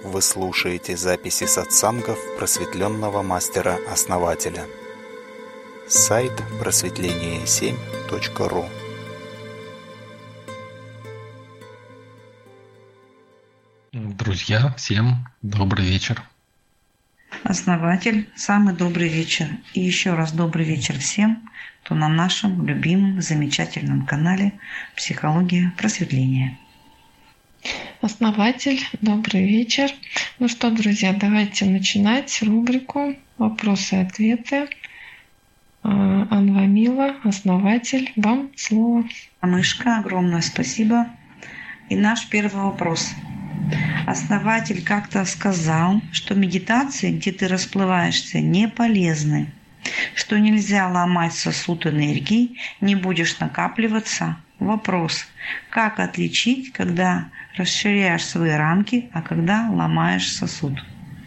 Вы слушаете записи сатсангов просветленного мастера-основателя. Сайт просветление7.ру. Друзья, всем добрый вечер. Основатель, самый добрый вечер. И еще раз добрый вечер всем, кто на нашем любимом, замечательном канале «Психология просветления». Основатель, добрый вечер. Ну что, друзья, давайте начинать рубрику «Вопросы и ответы». Анвамила, основатель, вам слово. Мышка, огромное спасибо. И наш первый вопрос. Основатель как-то сказал, что медитации, где ты расплываешься, не полезны, что нельзя ломать сосуд энергии, не будешь накапливаться. Вопрос. Как отличить, когда расширяешь свои рамки, а когда ломаешь сосуд?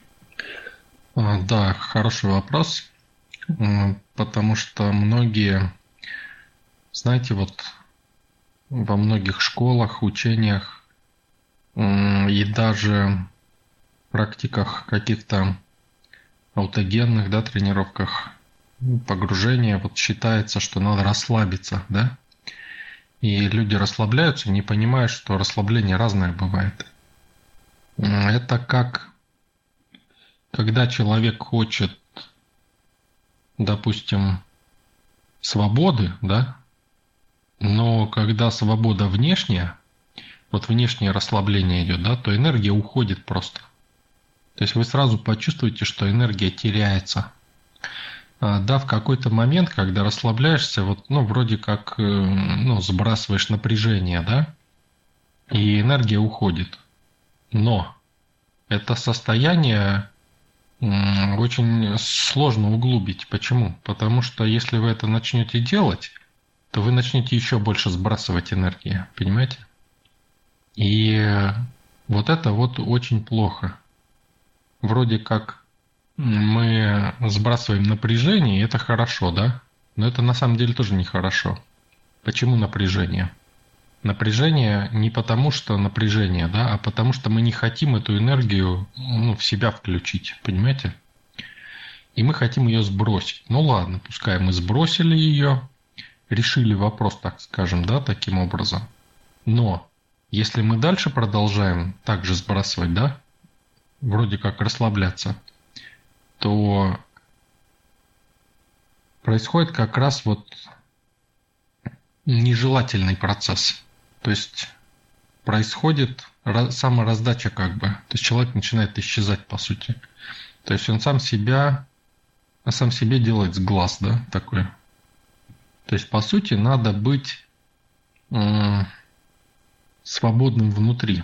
Да, хороший вопрос, потому что многие, знаете, вот во многих школах, учениях и даже практиках каких-то аутогенных, да, тренировках погружения, вот считается, что надо расслабиться, да? И люди расслабляются, не понимая, что расслабление разное бывает. Это как, когда человек хочет, допустим, свободы, да, но когда свобода внешняя, вот внешнее расслабление идет, да, то энергия уходит просто. То есть вы сразу почувствуете, что энергия теряется. Да, в какой-то момент, когда расслабляешься, вот, вроде как, сбрасываешь напряжение, да, и энергия уходит. Но это состояние очень сложно углубить. Почему? Потому что если вы это начнете делать, то вы начнете еще больше сбрасывать энергии, понимаете? И вот это вот очень плохо. Вроде как мы сбрасываем напряжение, и это хорошо, да? Но это на самом деле тоже нехорошо. Почему напряжение? Напряжение не потому, что напряжение, да, а потому что мы не хотим эту энергию в себя включить, понимаете? И мы хотим ее сбросить. Ну ладно, пускай мы сбросили ее, решили вопрос, так скажем, да, таким образом. Но если мы дальше продолжаем так же сбрасывать, да, вроде как расслабляться, то происходит как раз вот нежелательный процесс. То есть происходит самораздача как бы. То есть человек начинает исчезать по сути. То есть он сам себе делает сглаз, да, такой. То есть по сути надо быть свободным внутри.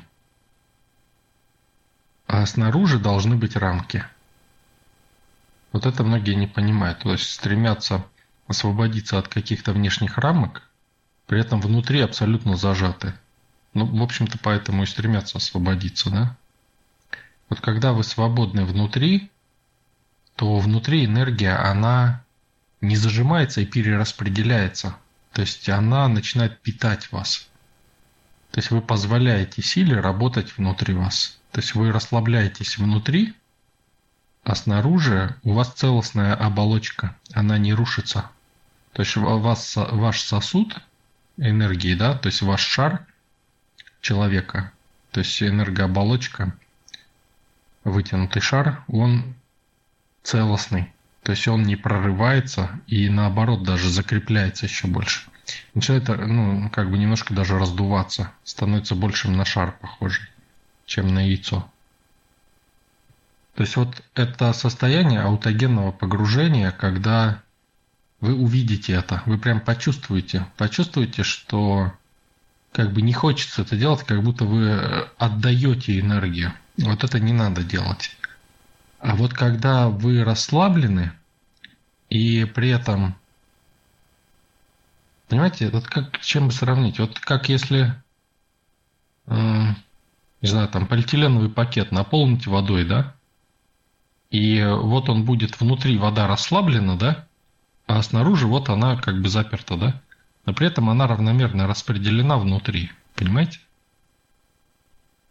А снаружи должны быть рамки. Вот это многие не понимают. То есть стремятся освободиться от каких-то внешних рамок, при этом внутри абсолютно зажаты. В общем-то, поэтому и стремятся освободиться, да? Вот когда вы свободны внутри, то внутри энергия, она не зажимается и перераспределяется. То есть она начинает питать вас. То есть вы позволяете силе работать внутри вас. То есть вы расслабляетесь внутри, а снаружи у вас целостная оболочка, она не рушится. То есть ваш сосуд энергии, да, то есть ваш шар человека, то есть энергооболочка, вытянутый шар, он целостный. То есть он не прорывается и наоборот даже закрепляется еще больше. Начинает, немножко даже раздуваться, становится большим на шар похожий, чем на яйцо. То есть вот это состояние аутогенного погружения, когда вы увидите это, вы прям почувствуете, что как бы не хочется это делать, как будто вы отдаете энергию. Вот это не надо делать. А вот когда вы расслаблены и при этом, понимаете, вот как чем бы сравнить? Вот как если, не знаю, там полиэтиленовый пакет наполнить водой, да? И вот он будет внутри, вода расслаблена, да? А снаружи вот она как бы заперта, да? Но при этом она равномерно распределена внутри. Понимаете?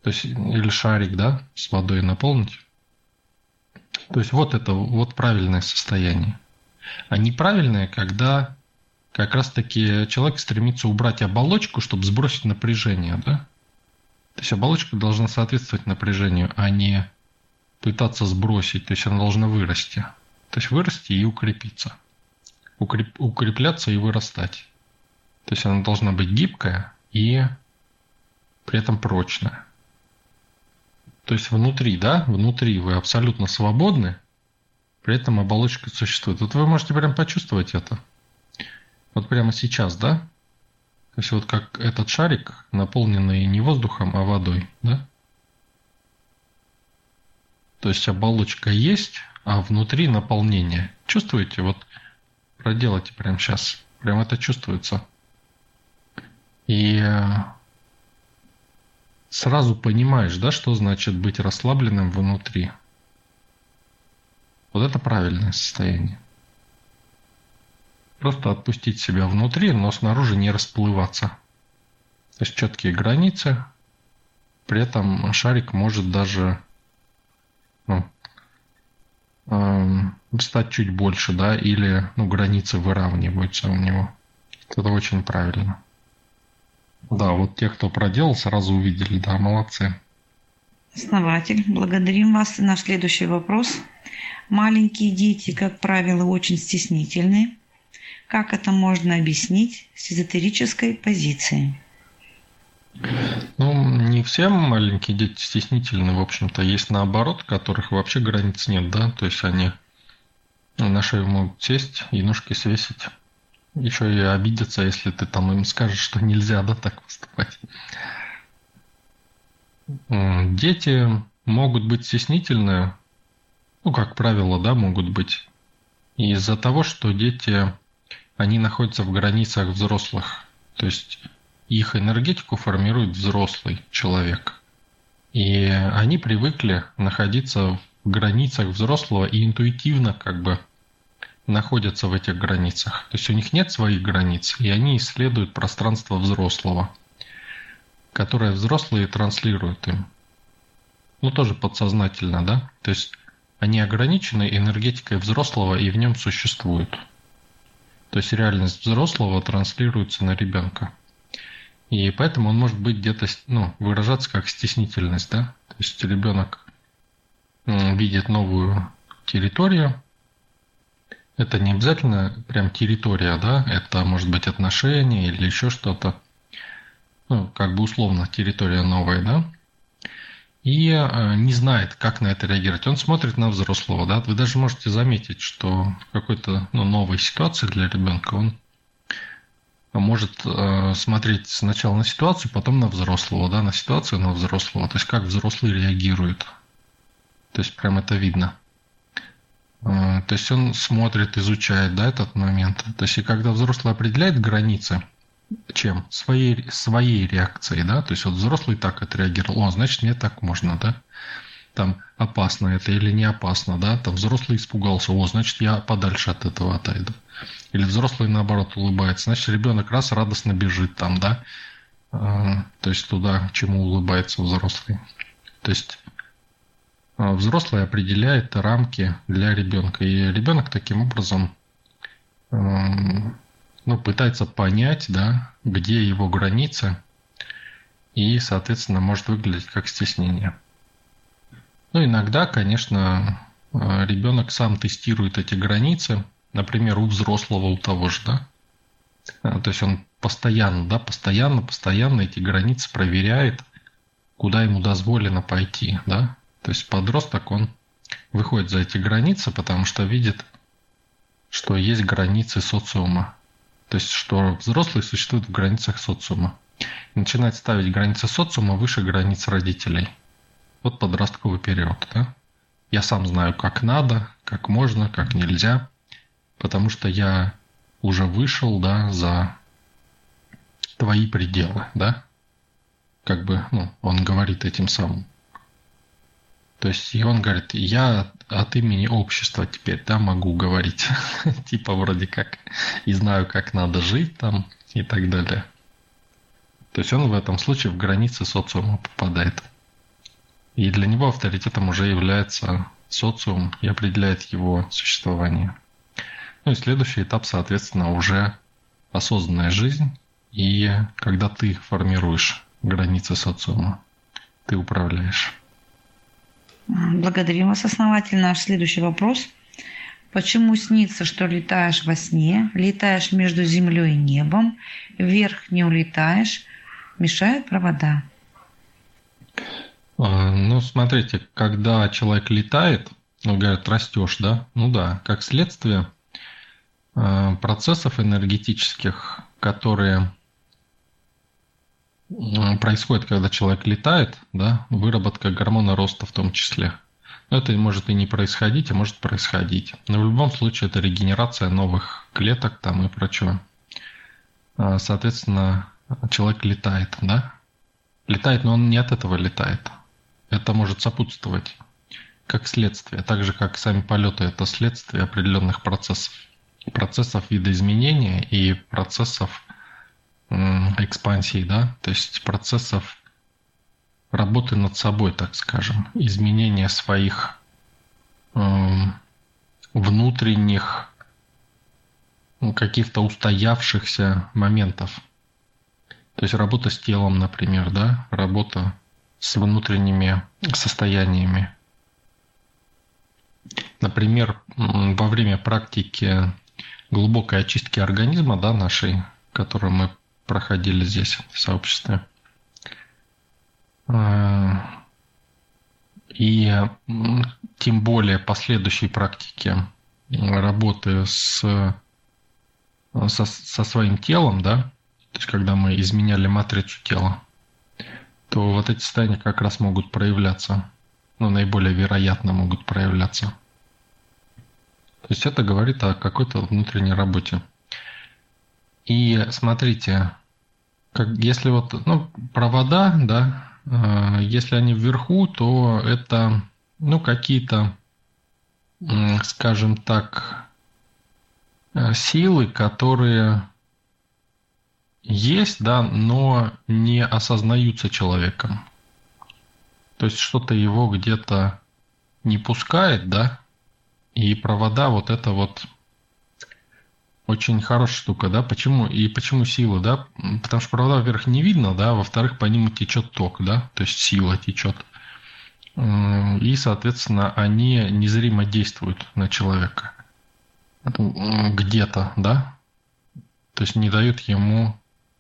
То есть, или шарик, да, с водой наполнить. То есть вот это вот правильное состояние. А неправильное, когда как раз-таки человек стремится убрать оболочку, чтобы сбросить напряжение, да? То есть оболочка должна соответствовать напряжению, а не пытаться сбросить. То есть она должна вырасти. То есть вырасти и укрепиться. Укрепляться и вырастать. То есть она должна быть гибкая и при этом прочная. То есть внутри, да, внутри вы абсолютно свободны, при этом оболочка существует. Вот вы можете прям почувствовать это. Вот прямо сейчас, да? То есть вот как этот шарик, наполненный не воздухом, а водой, да? То есть оболочка есть, а внутри наполнение. Чувствуете? Вот проделайте прямо сейчас. Прям это чувствуется. И сразу понимаешь, да, что значит быть расслабленным внутри. Вот это правильное состояние. Просто отпустить себя внутри, но снаружи не расплываться. То есть четкие границы. При этом шарик может даже стать чуть больше, да, или границы выравниваются у него. Это очень правильно. Да, вот те, кто проделал, сразу увидели, да, молодцы. Основатель, благодарим вас. Наш следующий вопрос. Маленькие дети, как правило, очень стеснительны. Как это можно объяснить с эзотерической позиции? Не все маленькие дети стеснительны, в общем-то. Есть наоборот, у которых вообще границ нет, да, то есть они на шею могут сесть и ножки свесить. Еще и обидятся, если ты там им скажешь, что нельзя, да, так поступать. Дети могут быть стеснительны, как правило, да, могут быть. Из-за того, что дети, они находятся в границах взрослых. То есть их энергетику формирует взрослый человек. И они привыкли находиться в границах взрослого и интуитивно находятся в этих границах. То есть у них нет своих границ, и они исследуют пространство взрослого, которое взрослые транслируют им. Тоже подсознательно, да? То есть они ограничены энергетикой взрослого и в нем существуют. То есть реальность взрослого транслируется на ребенка. И поэтому он может быть где-то, выражаться как стеснительность, да? То есть ребенок видит новую территорию. Это не обязательно прям территория, да? Это может быть отношения или еще что-то. Условно территория новая, да? И не знает, как на это реагировать. Он смотрит на взрослого, да? Вы даже можете заметить, что в какой-то новой ситуации для ребенка он может смотреть сначала на ситуацию, потом на взрослого, да, на ситуацию, на взрослого. То есть как взрослый реагирует. То есть прям это видно. То есть он смотрит, изучает, да, этот момент. То есть и когда взрослый определяет границы, чем? Своей реакцией, да. То есть вот взрослый так отреагировал. Значит, мне так можно, да. Там опасно это или не опасно, да. Там взрослый испугался. Значит, я подальше от этого отойду. Или взрослый, наоборот, улыбается. Значит, ребенок радостно бежит там, да. То есть туда, чему улыбается взрослый. То есть взрослый определяет рамки для ребенка. И ребенок таким образом пытается понять, да, где его границы. И, соответственно, может выглядеть как стеснение. Иногда, конечно, ребенок сам тестирует эти границы. Например, у взрослого, у того же, да. То есть он постоянно эти границы проверяет, куда ему дозволено пойти, да. То есть подросток, он выходит за эти границы, потому что видит, что есть границы социума. То есть, что взрослый существует в границах социума. И начинает ставить границы социума выше границ родителей. Вот подростковый период, да. Я сам знаю, как надо, как можно, как нельзя. Потому что я уже вышел, да, за твои пределы, да. Он говорит этим самым. То есть, и он говорит, я от имени общества теперь, да, могу говорить. Типа вроде как и знаю, как надо жить там и так далее. То есть он в этом случае в границы социума попадает. И для него авторитетом уже является социум и определяет его существование. Ну и следующий этап, соответственно, уже осознанная жизнь. И когда ты формируешь границы социума, ты управляешь. Благодарим вас, основатель. Наш следующий вопрос. Почему снится, что летаешь во сне, летаешь между землей и небом, вверх не улетаешь, мешают провода? Ну, смотрите, когда человек летает, говорят, растешь, да? Ну да, как следствие процессов энергетических, которые происходят, когда человек летает, да, выработка гормона роста в том числе. Но это может и не происходить, а может происходить. Но в любом случае это регенерация новых клеток там и прочего. Соответственно, человек летает, да? Летает, но он не от этого летает. Это может сопутствовать как следствие, так же как сами полеты – это следствие определенных процессов. Процессов видоизменения и процессов экспансии, да, то есть процессов работы над собой, так скажем, изменения своих внутренних каких-то устоявшихся моментов. То есть работа с телом, например, да, работа с внутренними состояниями. Например, во время практики глубокой очистки организма, да, нашей, которую мы проходили здесь в сообществе, и тем более последующей практики работы со своим телом, да, то есть когда мы изменяли матрицу тела, то вот эти состояния как раз могут проявляться, ну, наиболее вероятно могут проявляться. То есть это говорит о какой-то внутренней работе. И смотрите, если вот, ну, провода, да, если они вверху, то это, ну, какие-то, скажем так, силы, которые есть, да, но не осознаются человеком. То есть что-то его где-то не пускает, да, и провода вот это вот очень хорошая штука, да, почему сила, да, потому что провода, во-первых, не видно, да, во-вторых, по ним течет ток, да, то есть сила течет, и, соответственно, они незримо действуют на человека где-то, да, то есть не дают ему,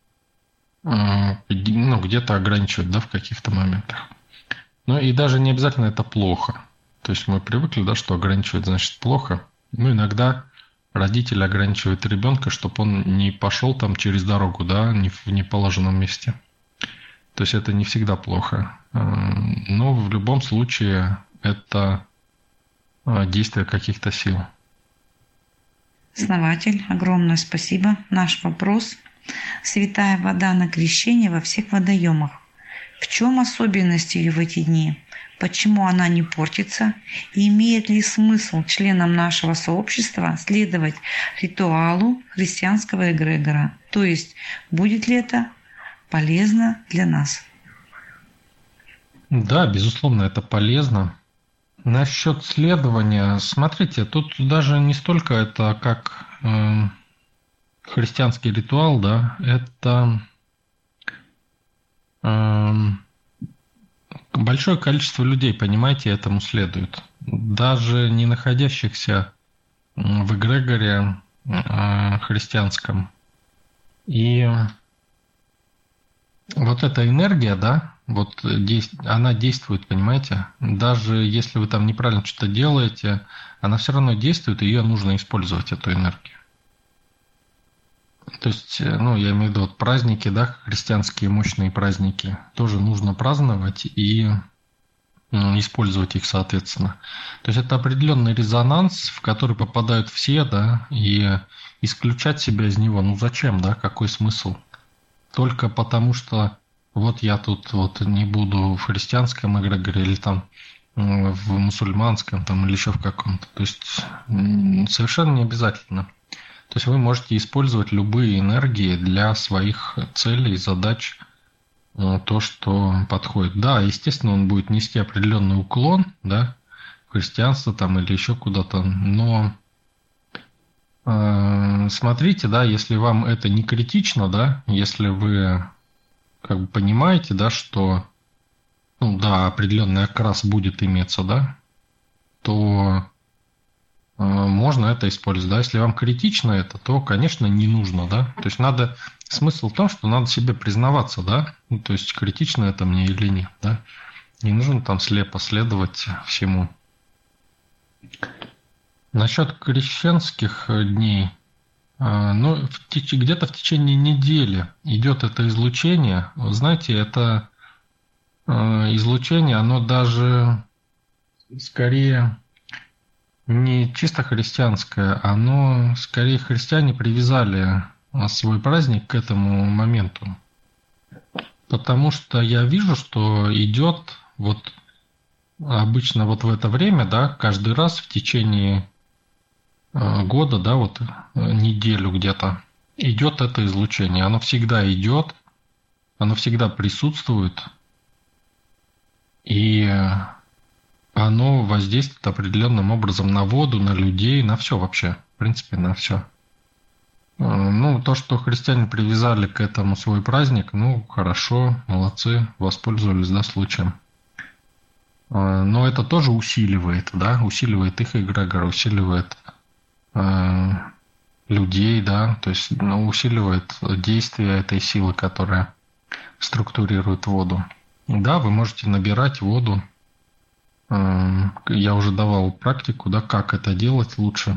ну, где-то ограничивать, да, в каких-то моментах. Ну и даже не обязательно это плохо. То есть мы привыкли, да, что ограничивать значит плохо. Ну, иногда родитель ограничивает ребенка, чтобы он не пошел там через дорогу, да, не в неположенном месте. То есть это не всегда плохо. Но в любом случае это действие каких-то сил. Основатель, огромное спасибо. Наш вопрос. Святая вода на крещение во всех водоемах. В чем особенность ее в эти дни? Почему она не портится? И имеет ли смысл членам нашего сообщества следовать ритуалу христианского эгрегора? То есть, будет ли это полезно для нас? Да, безусловно, это полезно. Насчет следования, смотрите, тут даже не столько это как христианский ритуал, да, это большое количество людей, понимаете, этому следует. Даже не находящихся в эгрегоре христианском. И вот эта энергия, да, вот она действует, понимаете? Даже если вы там неправильно что-то делаете, она все равно действует, и ее нужно использовать, эту энергию. То есть, ну, я имею в виду вот праздники, да, христианские мощные праздники, тоже нужно праздновать и использовать их, соответственно. То есть это определенный резонанс, в который попадают все, да, и исключать себя из него, ну зачем, да, какой смысл? Только потому что вот я тут вот не буду в христианском эгрегоре или там в мусульманском там или еще в каком-то. То есть совершенно не обязательно. То есть вы можете использовать любые энергии для своих целей, задач, то, что подходит. Да, естественно, он будет нести определенный уклон, да, в христианство там или еще куда-то, но смотрите, да, если вам это не критично, да, если вы как бы понимаете, да, что, ну да, определенный окрас будет иметься, да, то можно это использовать. Да, если вам критично это, то, конечно, не нужно, да. То есть надо, смысл в том, что надо себе признаваться, да, ну, то есть критично это мне или нет, да. Не нужно там слепо следовать всему. Насчет крещенских дней, ну, где-то в течение недели идет это излучение. Вы знаете, это излучение, оно даже скорее не чисто христианское, оно скорее христиане привязали свой праздник к этому моменту. Потому что я вижу, что идет вот обычно вот в это время, да, каждый раз в течение года, да, вот неделю где-то идет это излучение. Оно всегда идет, оно всегда присутствует, и оно воздействует определенным образом на воду, на людей, на все вообще, в принципе, на все. Ну, то, что христиане привязали к этому свой праздник, ну, хорошо, молодцы, воспользовались, да, случаем. Но это тоже усиливает, да, усиливает их эгрегор, усиливает людей, да, то есть усиливает действие этой силы, которая структурирует воду. Да, вы можете набирать воду. Я уже давал практику, да, как это делать лучше.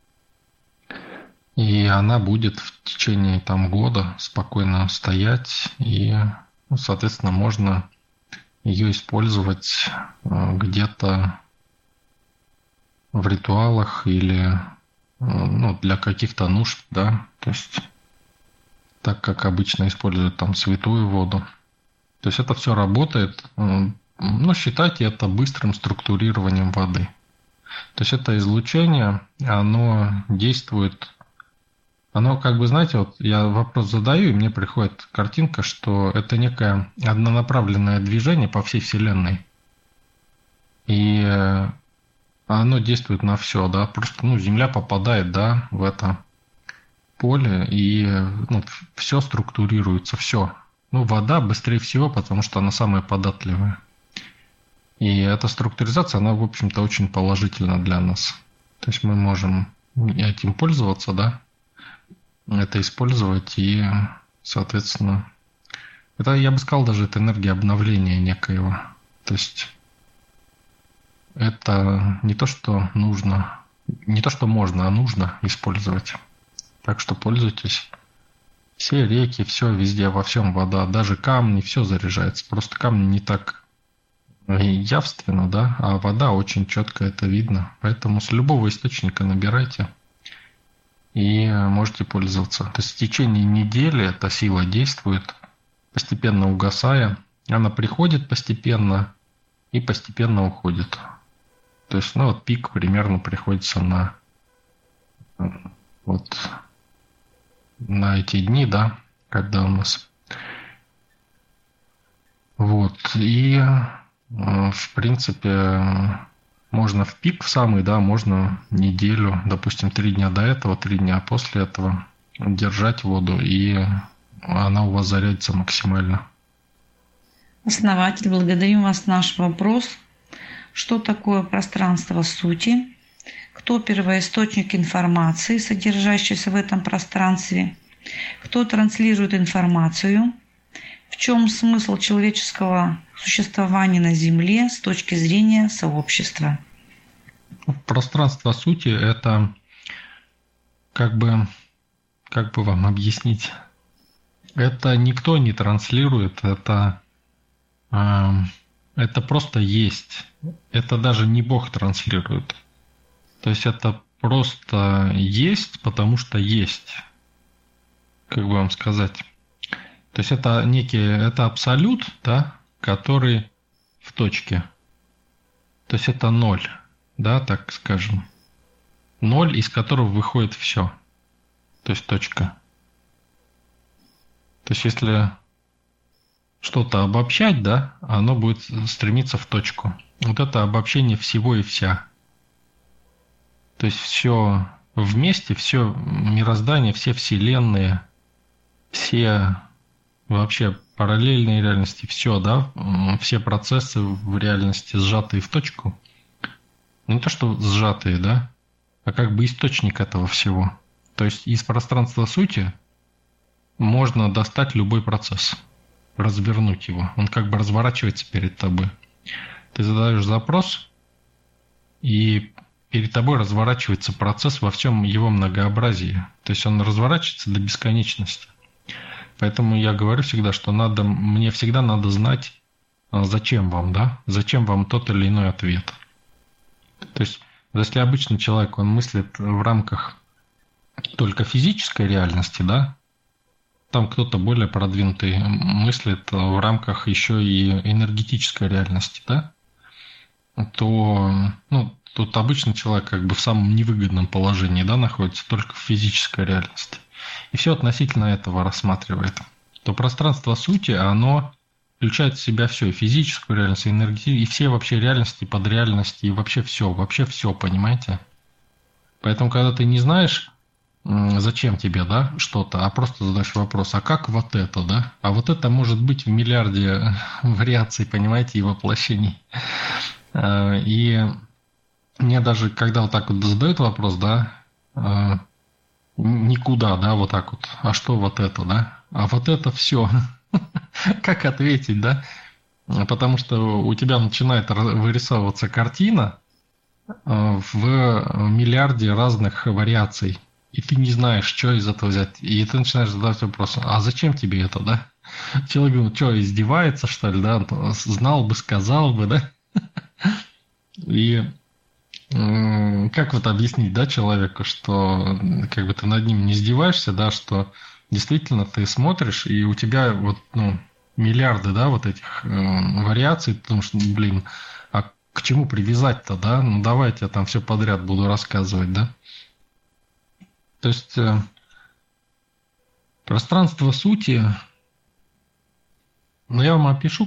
И она будет в течение там года спокойно стоять, и, ну, соответственно, можно ее использовать где-то в ритуалах или, ну, для каких-то нужд, да, то есть так, как обычно используют там святую воду. То есть это все работает, ну, считайте это быстрым структурированием воды. То есть это излучение, оно действует, оно как бы, знаете, вот я вопрос задаю, и мне приходит картинка, что это некое однонаправленное движение по всей Вселенной. И оно действует на все, да, просто, ну, Земля попадает, да, в это поле, и, ну, все структурируется, все. Ну, вода быстрее всего, потому что она самая податливая. И эта структуризация, она, в общем-то, очень положительна для нас. То есть мы можем этим пользоваться, да, это использовать, и, соответственно, это, я бы сказал, даже это энергия обновления некоего. То есть это не то, что нужно, не то, что можно, а нужно использовать. Так что пользуйтесь. Все реки, все везде, во всем вода, даже камни, все заряжается. Просто камни не так явственно, да, а вода очень четко это видно. Поэтому с любого источника набирайте и можете пользоваться. То есть в течение недели эта сила действует, постепенно угасая. Она приходит постепенно и постепенно уходит. То есть, ну, вот пик примерно приходится на вот на эти дни, да, когда у нас вот, и в принципе можно в пик в самый, да, можно неделю, допустим, 3 дня до этого, 3 дня после этого держать воду, и она у вас зарядится максимально. Основатель, благодарим вас. Наш вопрос. Что такое пространство сути? Кто первоисточник информации, содержащейся в этом пространстве? Кто транслирует информацию? В чем смысл человеческого существования на Земле с точки зрения сообщества? Пространство сути – это как бы вам объяснить? Это никто не транслирует, это просто есть. Это даже не Бог транслирует. То есть это просто есть, потому что есть. Как бы вам сказать? То есть это это абсолют, да, который в точке. То есть это ноль, да, так скажем. Ноль, из которого выходит все. То есть точка. То есть если что-то обобщать, да, оно будет стремиться в точку. Вот это обобщение всего и вся. То есть все вместе, все мироздание, все вселенные, все вообще параллельные реальности, все, да, все процессы в реальности сжатые в точку. Не то, что сжатые, да, а как бы источник этого всего. То есть из пространства сути можно достать любой процесс, развернуть его. Он как бы разворачивается перед тобой. Ты задаешь запрос, и перед тобой разворачивается процесс во всем его многообразии. То есть он разворачивается до бесконечности. Поэтому я говорю всегда, что мне всегда надо знать, зачем вам, да? Зачем вам тот или иной ответ. То есть, если обычный человек, он мыслит в рамках только физической реальности, да? Там кто-то более продвинутый мыслит в рамках еще и энергетической реальности, да? То, тут обычный человек как бы в самом невыгодном положении, да, находится только в физической реальности. И все относительно этого рассматривает. То пространство сути, оно включает в себя все, и физическую реальность, и энергетическую, и все вообще реальности, подреальности, и вообще все, понимаете? Поэтому, когда ты не знаешь, зачем тебе, да, что-то, а просто задаешь вопрос, а как вот это, да? А вот это может быть в миллиарде вариаций, понимаете, и воплощений. И мне даже, когда вот так вот задают вопрос, да, никуда, да, вот так вот, а что вот это, да? А вот это все. Как ответить, да? Потому что у тебя начинает вырисовываться картина в миллиарде разных вариаций. И ты не знаешь, что из этого взять. И ты начинаешь задавать вопрос, а зачем тебе это, да? Человек говорит, что, издевается, что ли, да? Знал бы, сказал бы, да? И как вот объяснить, да, человеку, что как бы ты над ним не издеваешься, да, что действительно ты смотришь, и у тебя вот, миллиарды, да, вот этих вариаций, потому что, блин, а к чему привязать-то, да? Ну, давайте я там все подряд буду рассказывать, да? То есть пространство сути, я вам опишу,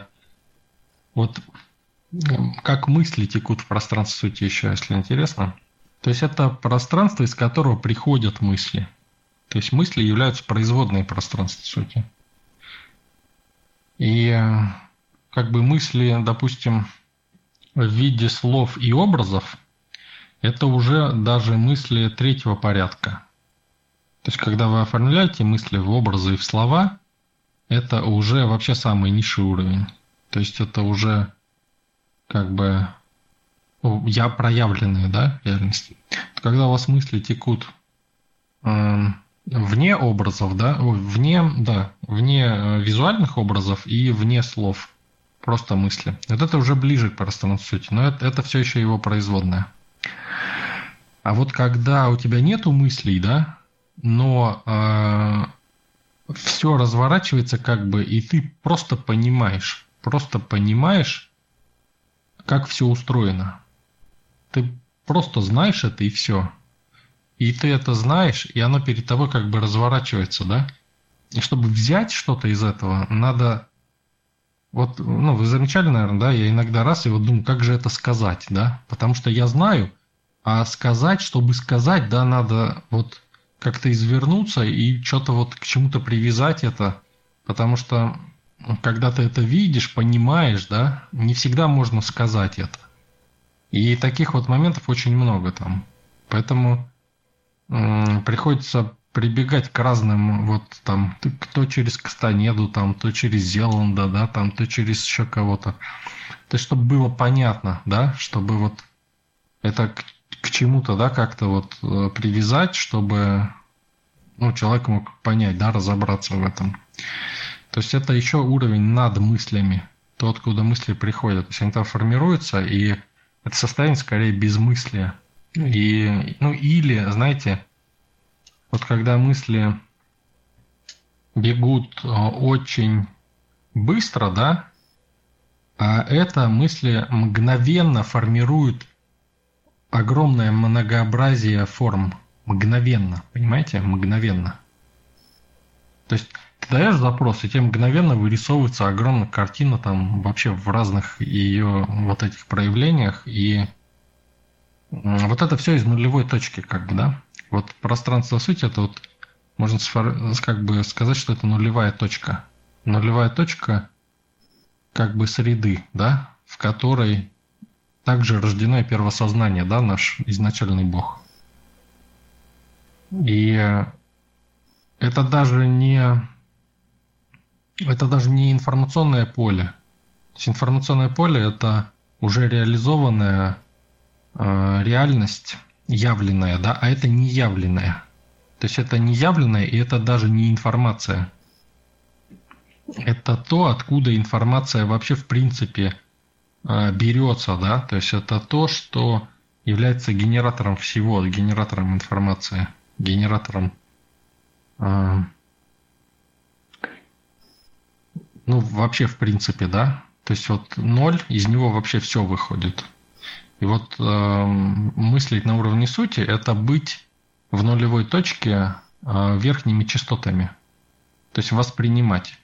как мысли текут в пространстве сути еще, если интересно. То есть это пространство, из которого приходят мысли. То есть мысли являются производной пространства сути. И как бы мысли, допустим, в виде слов и образов, это уже даже мысли третьего порядка. То есть когда вы оформляете мысли в образы и в слова, это уже вообще самый низший уровень. То есть это уже как бы я проявленные, да, реальности. Когда у вас мысли текут вне образов, да, вне визуальных образов и вне слов, просто мысли. Вот это уже ближе к пространству сути, но это все еще его производная. А вот когда у тебя нету мыслей, да, но все разворачивается как бы, и ты просто понимаешь, как все устроено. Ты просто знаешь это, и все. И ты это знаешь, и оно перед тобой как бы разворачивается, да? И чтобы взять что-то из этого, надо... Вот, вы замечали, наверное, да? Я иногда и вот думаю, как же это сказать, да? Потому что я знаю, а сказать, чтобы сказать, да, надо вот как-то извернуться и что-то вот к чему-то привязать это. Потому что когда ты это видишь, понимаешь, да, не всегда можно сказать это. И таких вот моментов очень много там. Поэтому приходится прибегать к разным, вот там, кто через Кастанеду, там, то через Зеланда, да, там, то через еще кого-то. То есть, чтобы было понятно, да, чтобы вот это к чему-то, да, как-то вот привязать, чтобы человек мог понять, да, разобраться в этом. То есть это еще уровень над мыслями, то, откуда мысли приходят. То есть они там формируются, и это состояние скорее безмыслия. И, или, знаете, вот когда мысли бегут очень быстро, да, а это мысли мгновенно формируют огромное многообразие форм. Мгновенно, понимаете? Мгновенно. То есть ты даешь запрос, и тебе мгновенно вырисовывается огромная картина там вообще в разных ее вот этих проявлениях, и вот это все из нулевой точки, как бы, да. Вот пространство сути, это вот можно как бы сказать, что это нулевая точка. Нулевая точка как бы среды, да, в которой также рождено и первосознание, да, наш изначальный Бог. И это даже не информационное поле. То есть информационное поле – это уже реализованная реальность, явленная, да, а это не явленная. То есть это не явленная, и это даже не информация. Это то, откуда информация вообще в принципе берется, да, то есть это то, что является генератором всего, генератором информации, генератором, ну, вообще в принципе, да, то есть вот ноль, из него вообще все выходит. И вот мыслить на уровне сути – это быть в нулевой точке верхними частотами, то есть воспринимать,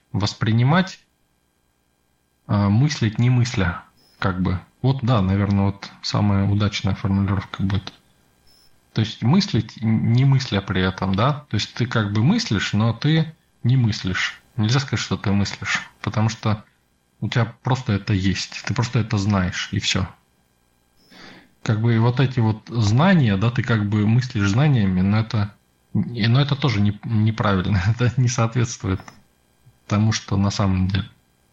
мыслить не мысля, как бы. Вот, да, наверное, вот самая удачная формулировка будет. То есть мыслить не мысля при этом, да, то есть ты как бы мыслишь, но ты не мыслишь. Нельзя сказать, что ты мыслишь, потому что у тебя просто это есть, ты просто это знаешь, и все. Как бы вот эти вот знания, да, ты как бы мыслишь знаниями, но это тоже неправильно, это не соответствует тому, что на самом деле.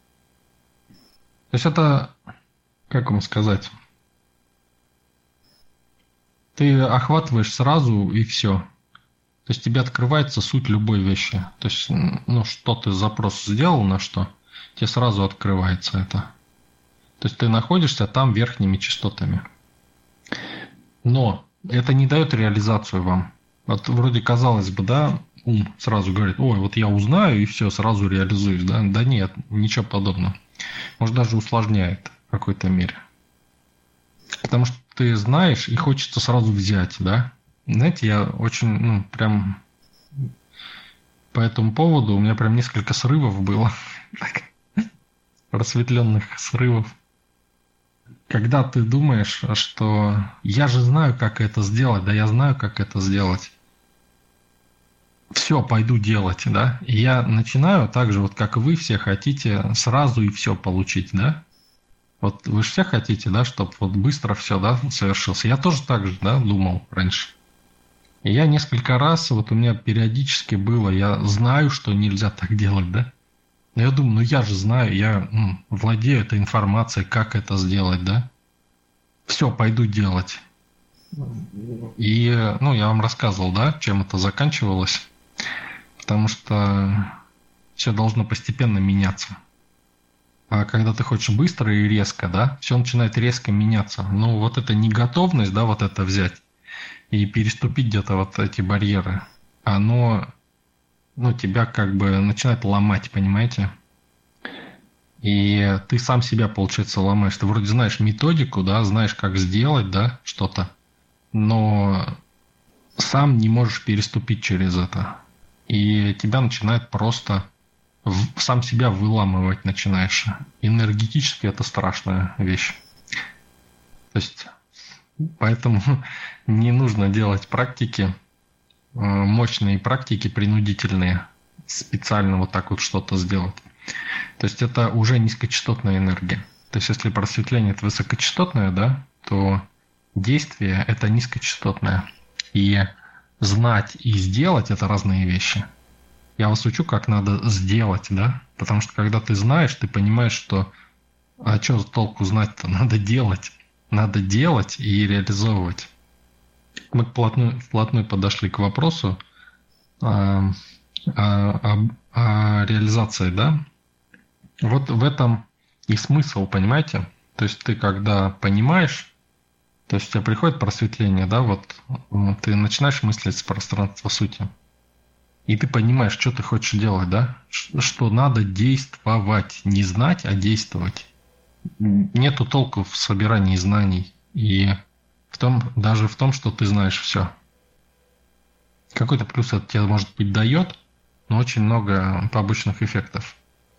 То есть это, как вам сказать, ты охватываешь сразу и все. То есть тебе открывается суть любой вещи. То есть, ну, что ты запрос сделал на что, тебе сразу открывается это. То есть ты находишься там верхними частотами. Но это не дает реализацию вам. Вот вроде казалось бы, да, ум сразу говорит: ой, вот я узнаю и все, сразу реализуюсь. Да, да нет, ничего подобного. Может, даже усложняет в какой-то мере. Потому что ты знаешь и хочется сразу взять, да. Знаете, я очень, ну, прям по этому поводу у меня прям несколько срывов было. Просветленных срывов. Когда ты думаешь, что я же знаю, как это сделать, да, я знаю, как это сделать. Все, пойду делать, да. И я начинаю так же, вот как вы все хотите, сразу и все получить, да. Вот вы же все хотите, да, чтобы вот быстро все, да, совершилось. Я тоже так же, да, думал раньше. И я несколько раз, вот у меня периодически было, я знаю, что нельзя так делать, да. Но я думаю, ну я же знаю, я владею этой информацией, как это сделать, да. Все, пойду делать. И, ну, я вам рассказывал, да, чем это заканчивалось. Потому что все должно постепенно меняться. А когда ты хочешь быстро и резко, да, все начинает резко меняться. Ну, вот эта неготовность, да, вот это взять и переступить где-то вот эти барьеры, оно, ну, тебя как бы начинает ломать, понимаете? И ты сам себя, получается, ломаешь. Ты вроде знаешь методику, да, знаешь, как сделать, да, что-то, но сам не можешь переступить через это. И тебя начинает просто сам себя выламывать начинаешь. Энергетически это страшная вещь. То есть, поэтому не нужно делать практики, мощные практики принудительные, специально вот так вот что-то сделать. То есть это уже низкочастотная энергия. То есть если просветление это высокочастотное, да, то действие это низкочастотное. И знать и сделать это разные вещи. Я вас учу, как надо сделать, да? Потому что когда ты знаешь, ты понимаешь, что а что толку знать-то? Надо делать. Надо делать и реализовывать. Мы вплотную подошли к вопросу о реализации, да? Вот в этом и смысл, понимаете? То есть ты когда понимаешь, то есть у тебя приходит просветление, да, вот ты начинаешь мыслить с пространства сути. И ты понимаешь, что ты хочешь делать, да? Что надо действовать. Не знать, а действовать. Нету толку в собирании знаний. И даже в том, что ты знаешь все. Какой-то плюс это тебе, может быть, дает, но очень много побочных эффектов.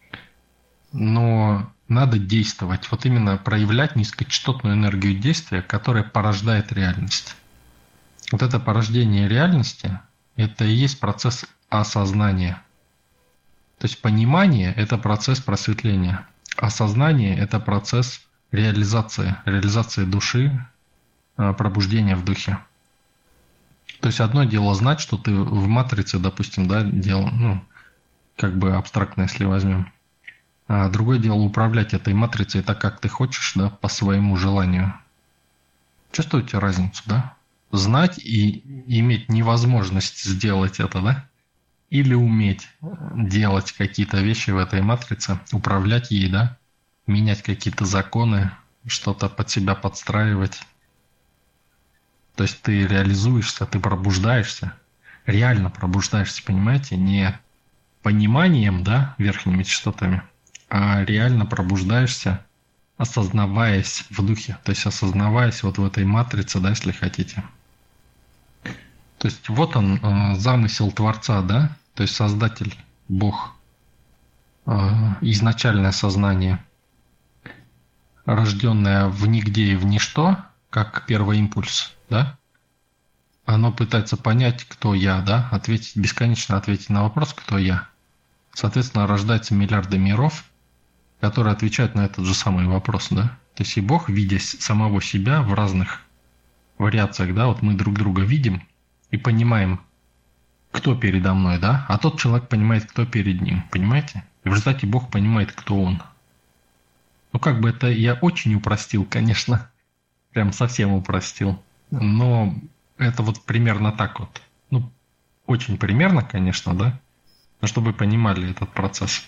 Но надо действовать, вот именно проявлять низкочастотную энергию действия, которая порождает реальность. Вот это порождение реальности – это и есть процесс осознания. То есть понимание – это процесс просветления. Осознание – это процесс реализации души, пробуждения в духе. То есть одно дело знать, что ты в матрице, допустим, да, дело, как бы абстрактно, если возьмем. А другое дело управлять этой матрицей так, как ты хочешь, да, по своему желанию. Чувствуете разницу, да? Знать и иметь невозможность сделать это, да? Или уметь делать какие-то вещи в этой матрице, управлять ей, да? Менять какие-то законы, что-то под себя подстраивать. То есть ты реализуешься, ты пробуждаешься, реально пробуждаешься, понимаете? Не пониманием, да, верхними частотами, а реально пробуждаешься, осознаваясь в духе, то есть осознаваясь вот в этой матрице, да, если хотите. То есть вот он, замысел Творца, да, то есть Создатель, Бог, изначальное сознание, рожденное в нигде и в ничто, как первый импульс, да, оно пытается понять, кто я, да, бесконечно ответить на вопрос, кто я. Соответственно, рождаются миллиарды миров, которые отвечают на этот же самый вопрос, да. То есть и Бог, видя самого себя в разных вариациях, да, вот мы друг друга видим и понимаем, кто передо мной, да, а тот человек понимает, кто перед ним, понимаете? И в результате Бог понимает, кто он. Ну, как бы это я очень упростил, конечно, прям совсем упростил, но это вот примерно так вот. Ну, очень примерно, конечно, да, но чтобы вы понимали этот процесс.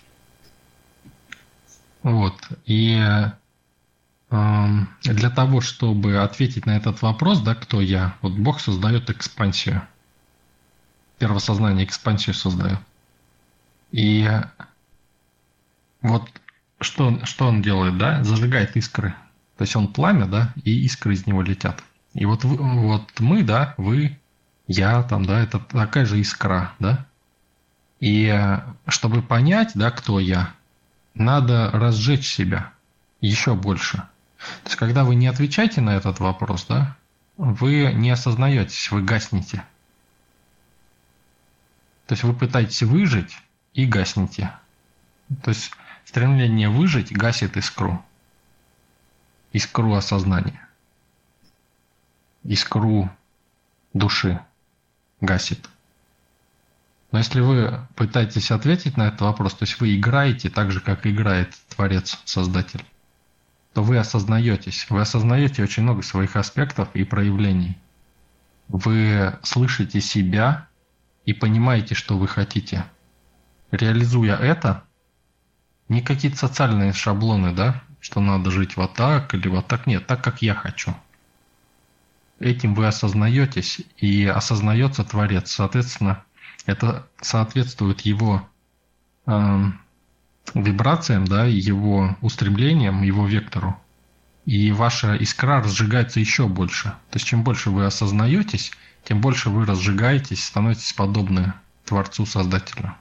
Вот. И для того, чтобы ответить на этот вопрос, да, кто я, вот Бог создает экспансию. Первосознание экспансию создает. И вот что он делает, да, зажигает искры. То есть он пламя, да, и искры из него летят. И вот мы, да, вы, я, там, да, это такая же искра, да. И чтобы понять, да, кто я, надо разжечь себя еще больше. То есть, когда вы не отвечаете на этот вопрос, да, вы не осознаетесь, вы гаснете. То есть, вы пытаетесь выжить и гаснете. То есть, стремление выжить гасит искру. Искру осознания. Искру души гасит. Но если вы пытаетесь ответить на этот вопрос, то есть вы играете так же, как играет Творец, Создатель, то вы осознаетесь. Вы осознаете очень много своих аспектов и проявлений. Вы слышите себя и понимаете, что вы хотите. Реализуя это, не какие-то социальные шаблоны, да, что надо жить вот так или вот так. Нет, так, как я хочу. Этим вы осознаетесь, и осознается Творец. Соответственно, это соответствует его вибрациям, да, его устремлениям, его вектору. И ваша искра разжигается еще больше. То есть, чем больше вы осознаетесь, тем больше вы разжигаетесь, становитесь подобны Творцу, Создателю.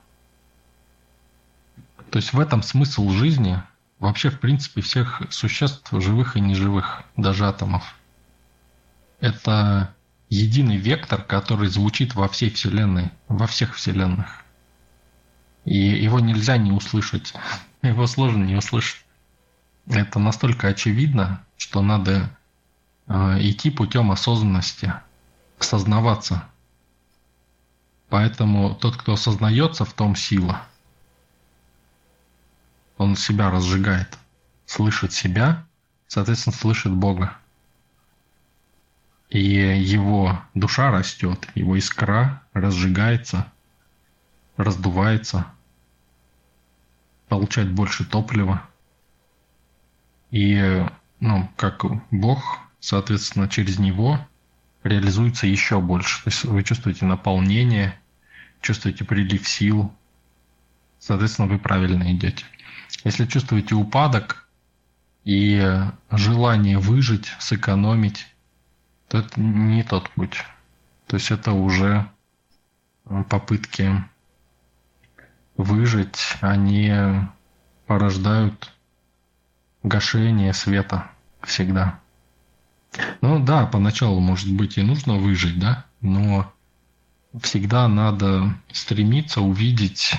То есть, в этом смысл жизни вообще, в принципе, всех существ, живых и неживых, даже атомов. Это единый вектор, который звучит во всей Вселенной, во всех Вселенных. И его нельзя не услышать. Его сложно не услышать. Это настолько очевидно, что надо идти путем осознанности, осознаваться. Поэтому тот, кто осознается, в том сила. Он себя разжигает, слышит себя, соответственно, слышит Бога. И его душа растет, его искра разжигается, раздувается, получает больше топлива. И, как Бог, соответственно, через него реализуется еще больше. То есть вы чувствуете наполнение, чувствуете прилив сил, соответственно, вы правильно идете. Если чувствуете упадок и желание выжить, сэкономить, то это не тот путь. То есть это уже попытки выжить, они порождают гашение света всегда. Ну да, поначалу, может быть, и нужно выжить, да, но всегда надо стремиться увидеть,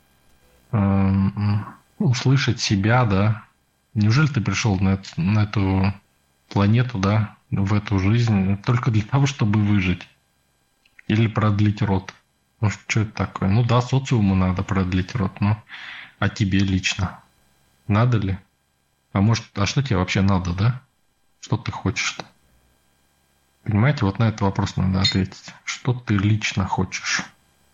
услышать себя, да. Неужели ты пришел на эту планету, да, в эту жизнь только для того, чтобы выжить? Или продлить род? Ну, что это такое? Ну да, социуму надо продлить род, но а тебе лично? Надо ли? А может, а что тебе вообще надо, да? Что ты хочешь-то? Понимаете, вот на этот вопрос надо ответить. Что ты лично хочешь?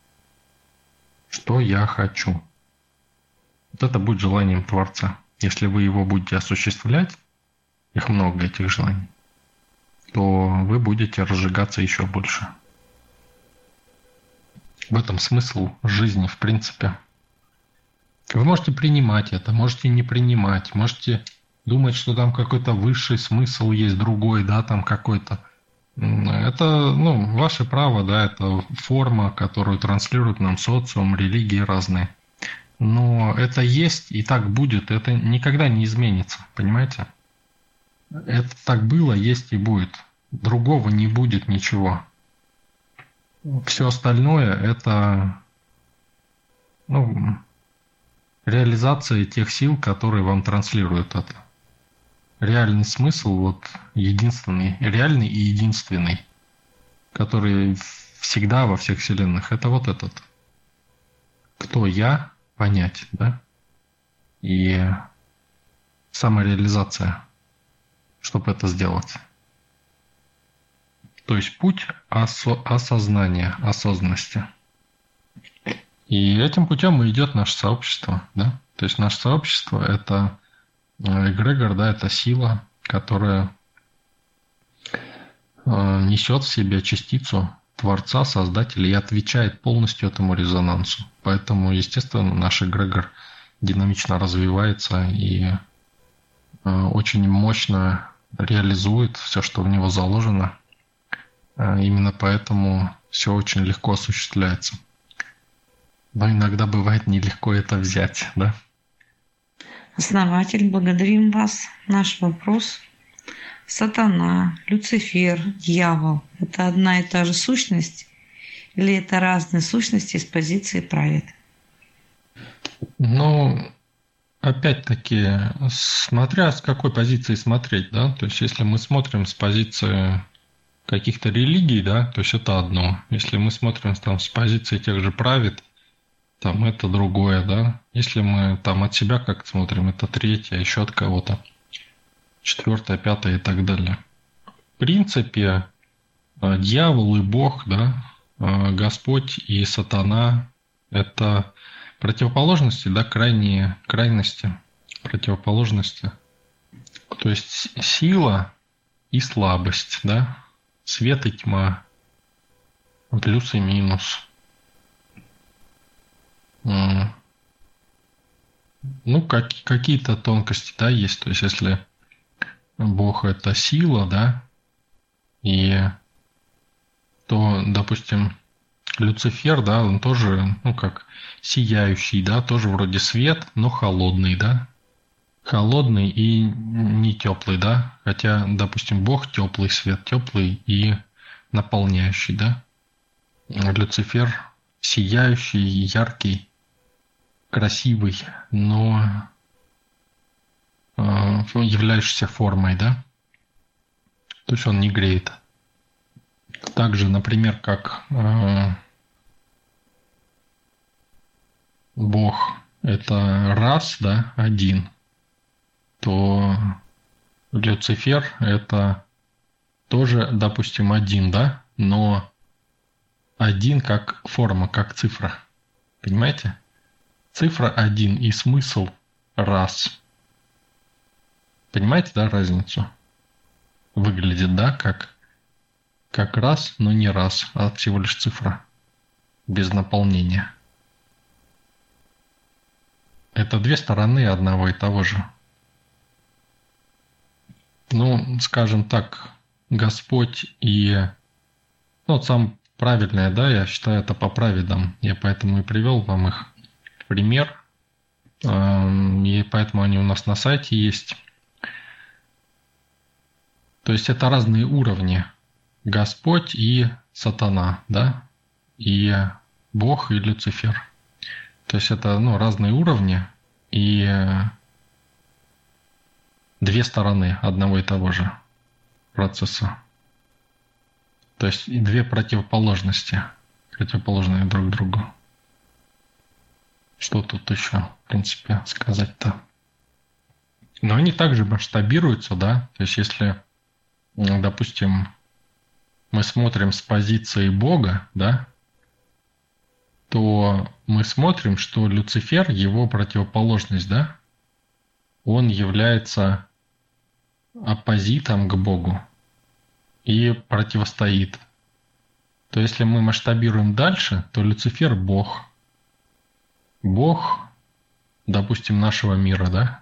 Что я хочу? Вот это будет желанием Творца. Если вы его будете осуществлять, их много, этих желаний, то вы будете разжигаться еще больше. В этом смысл жизни, в принципе. Вы можете принимать это, можете не принимать, можете думать, что там какой-то высший смысл есть, другой, да, там какой-то. Это, ваше право, да, это форма, которую транслирует нам социум, религии разные. Но это есть и так будет, это никогда не изменится, понимаете? Это так было, есть и будет. Другого не будет ничего. Все остальное это, реализация тех сил, которые вам транслируют это. Реальный смысл, вот единственный, реальный и единственный, который всегда во всех вселенных, это вот этот. Кто я, понять, да? И самореализация, чтобы это сделать. То есть путь осознания, осознанности. И этим путем и идет наше сообщество, да? То есть наше сообщество – это эгрегор, да, это сила, которая несет в себе частицу Творца, Создателя и отвечает полностью этому резонансу. Поэтому, естественно, наш эгрегор динамично развивается и очень мощно реализует все, что в него заложено. Именно поэтому все очень легко осуществляется. Но иногда бывает нелегко это взять, да? Основатель, благодарим вас. Наш вопрос. Сатана, Люцифер, дьявол – это одна и та же сущность или это разные сущности с позиции правит? Опять-таки, смотря с какой позиции смотреть, да? То есть, если мы смотрим с позиции каких-то религий, да, то есть это одно. Если мы смотрим там с позиции тех же правит, там это другое, да. Если мы там от себя как-то смотрим, это третье, еще от кого-то. Четвертое, пятое и так далее. В принципе, дьявол и Бог, да, Господь и сатана – это противоположности, да, крайности, противоположности. То есть сила и слабость, да, свет и тьма, плюс и минус. Какие-то тонкости, да, есть. То есть, если Бог – это сила, да, то, допустим, Люцифер, да, он тоже, как сияющий, да, тоже вроде свет, но холодный, да. Холодный и не теплый, да. Хотя, допустим, Бог теплый свет, теплый и наполняющий, да. Люцифер сияющий, яркий, красивый, но являющийся формой, да. То есть он не греет. Также, например, как Бог это раз, да, один, то Люцифер это тоже, допустим, один, да, но один как форма, как цифра. Понимаете? Цифра один и смысл раз. Понимаете, да, разницу? Выглядит, да, как раз, но не раз, а всего лишь цифра. Без наполнения. Это две стороны одного и того же. Скажем так, Господь и... сам правильное, да, я считаю это по праведам. Я поэтому и привел вам их. пример, и поэтому они у нас на сайте есть. То есть это разные уровни. Господь и сатана, да? И Бог и Люцифер. То есть это разные уровни и две стороны одного и того же процесса. То есть и две противоположности, противоположные друг другу. Что тут еще, в принципе, сказать-то? Но они также масштабируются, да? То есть если, допустим, мы смотрим с позиции Бога, да, то мы смотрим, что Люцифер, его противоположность, да, он является оппозитом к Богу и противостоит. То если мы масштабируем дальше, то Люцифер – Бог. Бог, допустим, нашего мира, да?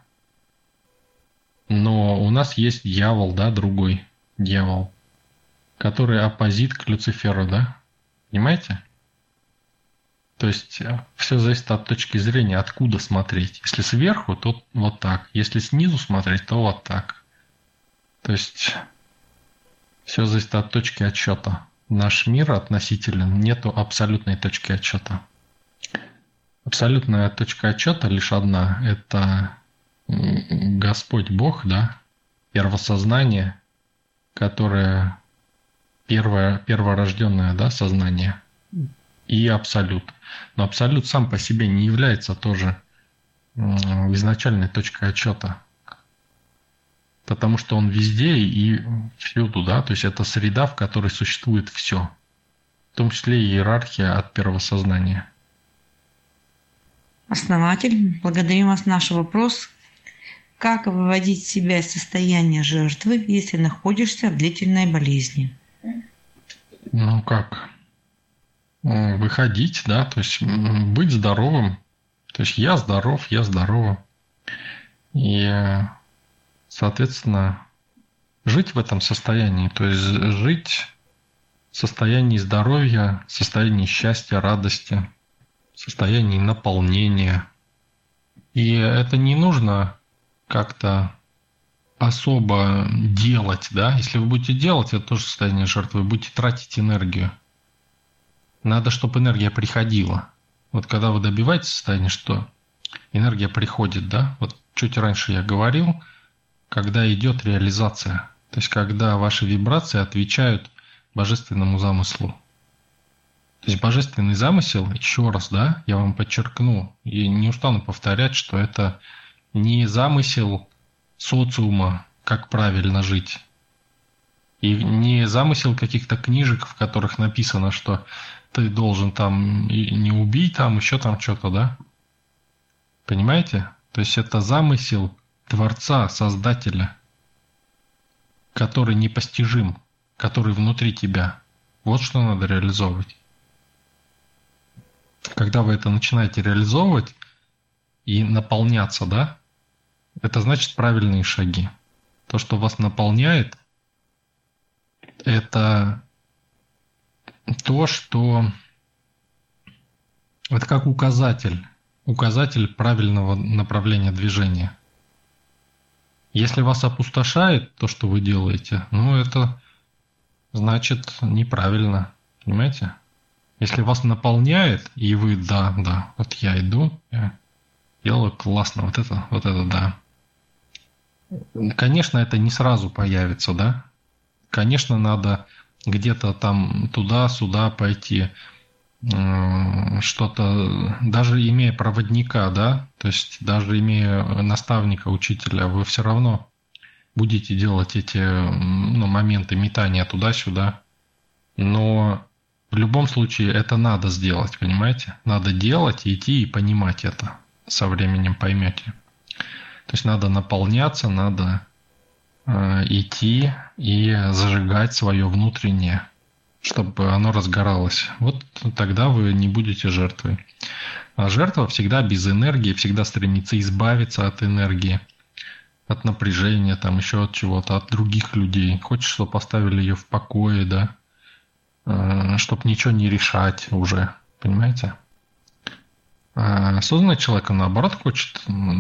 Но у нас есть дьявол, да, другой дьявол, который оппозит к Люциферу, да? Понимаете? То есть все зависит от точки зрения, откуда смотреть. Если сверху, то вот так. Если снизу смотреть, то вот так. То есть все зависит от точки отсчета. Наш мир относителен, нету абсолютной точки отсчета. Абсолютная точка отсчета лишь одна. Это Господь Бог, да, первосознание, которое перворожденное, да, сознание, и абсолют. Но абсолют сам по себе не является тоже изначальной точкой отсчета, потому что он везде и всюду, да, то есть это среда, в которой существует все, в том числе и иерархия от первосознания. Основатель, благодарим вас за наш вопрос. Как выводить себя из состояния жертвы, если находишься в длительной болезни? Ну как? Выходить, да, то есть быть здоровым. То есть я здоров, я здорова. И, соответственно, жить в этом состоянии, то есть жить в состоянии здоровья, в состоянии счастья, радости, в состоянии наполнения. И это не нужно как-то особо делать, да. Если вы будете делать, это тоже состояние жертвы, вы будете тратить энергию. Надо, чтобы энергия приходила. Вот когда вы добиваетесь состояния, что энергия приходит, да, вот чуть раньше я говорил, когда идет реализация, то есть когда ваши вибрации отвечают божественному замыслу. То есть божественный замысел, еще раз, да, я вам подчеркну, и не устану повторять, что это не замысел социума, как правильно жить, и не замысел каких-то книжек, в которых написано, что ты должен там не убить, там еще там что-то, да? Понимаете? То есть это замысел Творца, Создателя, который непостижим, который внутри тебя. Вот что надо реализовывать. Когда вы это начинаете реализовывать и наполняться, да, это значит правильные шаги. То, что вас наполняет, это то, что это как указатель правильного направления движения. Если вас опустошает то, что вы делаете, ну это значит неправильно, понимаете? Если вас наполняет, и вы, да, вот я иду, я делаю классно, вот это да. Конечно, это не сразу появится, да? Конечно, надо где-то там туда-сюда пойти, что-то, даже имея проводника, да, то есть даже имея наставника, учителя, вы все равно будете делать эти моменты метания туда-сюда. Но в любом случае это надо сделать, понимаете? Надо делать, идти и понимать это. Со временем поймете. То есть надо наполняться, надо идти и зажигать свое внутреннее, чтобы оно разгоралось. Вот тогда вы не будете жертвой. А жертва всегда без энергии, всегда стремится избавиться от энергии, от напряжения, там еще от чего-то, от других людей. Хочет, чтобы поставили ее в покое, да, чтобы ничего не решать уже, понимаете? А осознанный человек, он наоборот хочет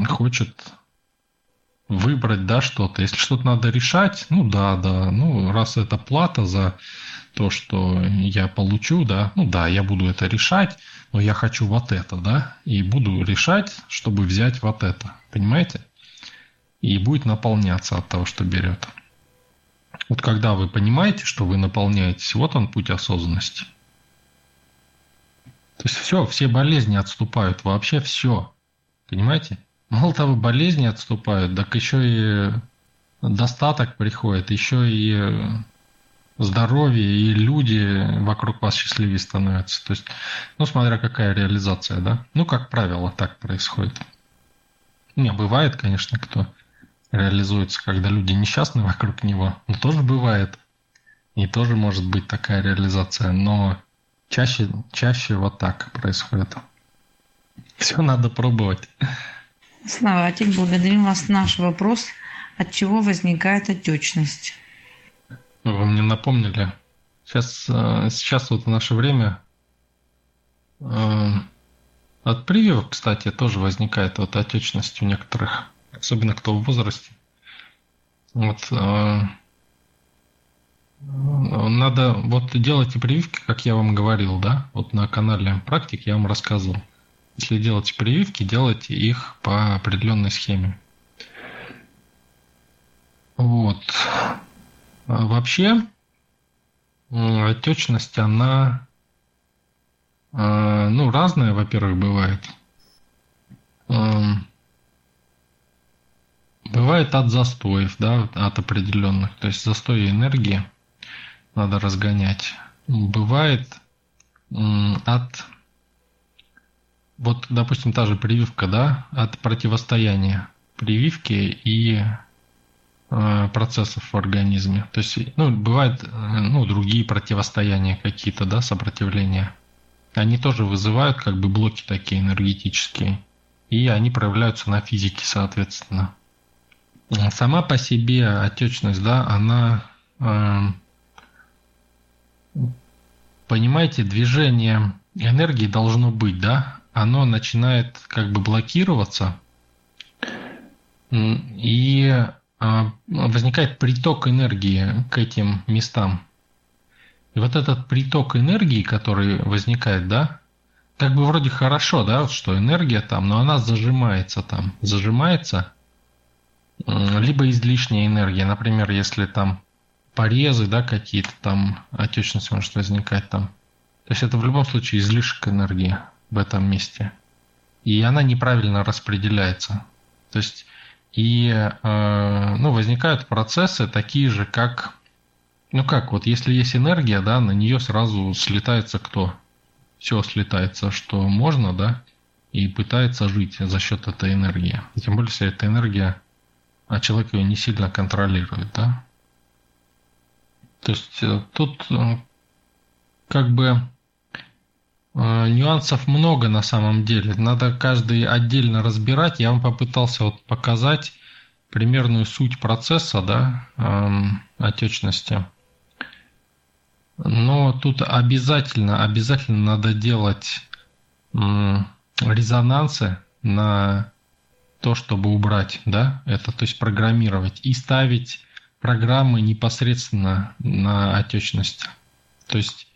выбрать, да, что-то. Если что-то надо решать, ну да, ну раз это плата за то, что я получу, да, ну да, я буду это решать, но я хочу вот это, да, и буду решать, чтобы взять вот это, понимаете? И будет наполняться от того, что берет. Вот когда вы понимаете, что вы наполняетесь, вот он путь осознанности. То есть все болезни отступают, вообще все, понимаете? Мало того, болезни отступают, так еще и достаток приходит, еще и здоровье, и люди вокруг вас счастливее становятся. То есть, ну, смотря какая реализация, да? Ну, как правило, так происходит. Не, бывает, конечно, кто реализуется, когда люди несчастны вокруг него. Но тоже бывает. И тоже может быть такая реализация. Но чаще вот так происходит. Все надо пробовать. Основатель, благодарим вас. Наш вопрос: от чего возникает отечность? Вы мне напомнили. Сейчас вот в наше время от прививок, кстати, тоже возникает вот отечность у некоторых, особенно кто в возрасте. Вот надо вот делайте прививки, как я вам говорил, да, вот на канале Практик я вам рассказывал. Если делаете прививки, делайте их по определенной схеме. Вот. Вообще, отечность, она, ну, разная, во-первых, бывает. Бывает от застоев, да, от определенных. То есть застои энергии надо разгонять. Бывает от, вот, допустим, та же прививка, да, от противостояния прививки и процессов в организме. То есть, ну, бывают, ну, другие противостояния какие-то, да, сопротивления. Они тоже вызывают как бы блоки такие энергетические. И они проявляются на физике, соответственно. Сама по себе отечность, да, она, понимаете, движение энергии должно быть, да, оно начинает как бы блокироваться, и возникает приток энергии к этим местам. И вот этот приток энергии, который возникает, да, как бы вроде хорошо, да, что энергия там, но она зажимается там, либо излишняя энергия, например, если там порезы, да, какие-то там, отечность может возникать там. То есть это в любом случае излишек энергии в этом месте. И она неправильно распределяется. То есть ну, возникают процессы такие же, как, ну как, вот если есть энергия, да, на нее сразу слетается кто? Все слетается, что можно, да, и пытается жить за счет этой энергии. Тем более, если эта энергия, а человек ее не сильно контролирует, да. То есть тут как бы нюансов много на самом деле. Надо каждый отдельно разбирать. Я вам попытался вот показать примерную суть процесса, да, отечности. Но тут обязательно надо делать резонансы на то, чтобы убрать, да, это, то есть программировать и ставить программы непосредственно на отечность. То есть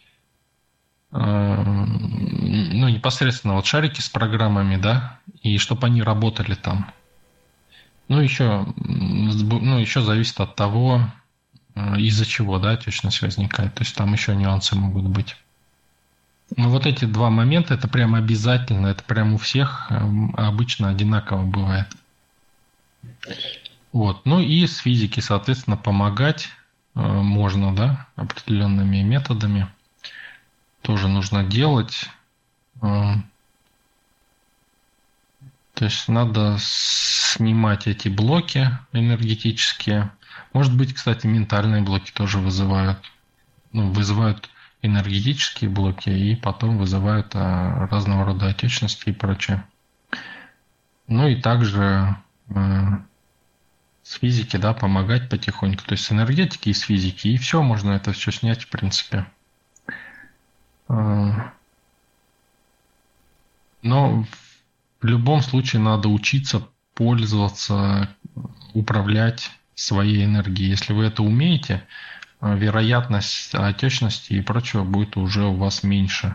ну, непосредственно вот шарики с программами, да, и чтобы они работали там. Ну, еще зависит от того, из-за чего, да, отечность возникает. То есть там еще нюансы могут быть. Но вот эти два момента, это прям обязательно, это прям у всех обычно одинаково бывает. Вот. Ну и с физики, соответственно, помогать можно, да, определенными методами. Тоже нужно делать. То есть надо снимать эти блоки энергетические. Может быть, кстати, ментальные блоки тоже вызывают. Ну, вызывают энергетические блоки и потом вызывают разного рода отечности и прочее. Ну и также с физики, да, помогать потихоньку. То есть с энергетики и с физики. И все, можно это все снять, в принципе. Но В любом случае надо учиться пользоваться, управлять своей энергией. Если вы это умеете, вероятность отечности и прочего будет уже у вас меньше.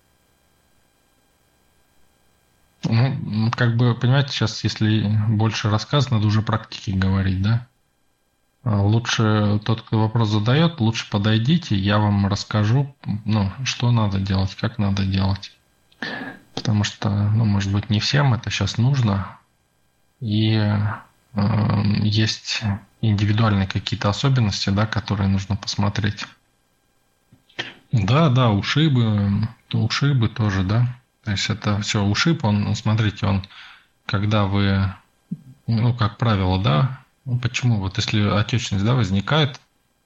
Ну, как бы, понимаете, сейчас, если больше рассказывать, надо уже практики говорить, да? Лучше тот, кто вопрос задает, лучше подойдите, я вам расскажу, ну, что надо делать, как надо делать. Потому что, ну, может быть, не всем это сейчас нужно. И есть индивидуальные какие-то особенности, да, которые нужно посмотреть. Да, ушибы тоже, да. То есть это все ушиб, смотрите, когда вы, ну, как правило, да, почему, вот если отечность, да, возникает,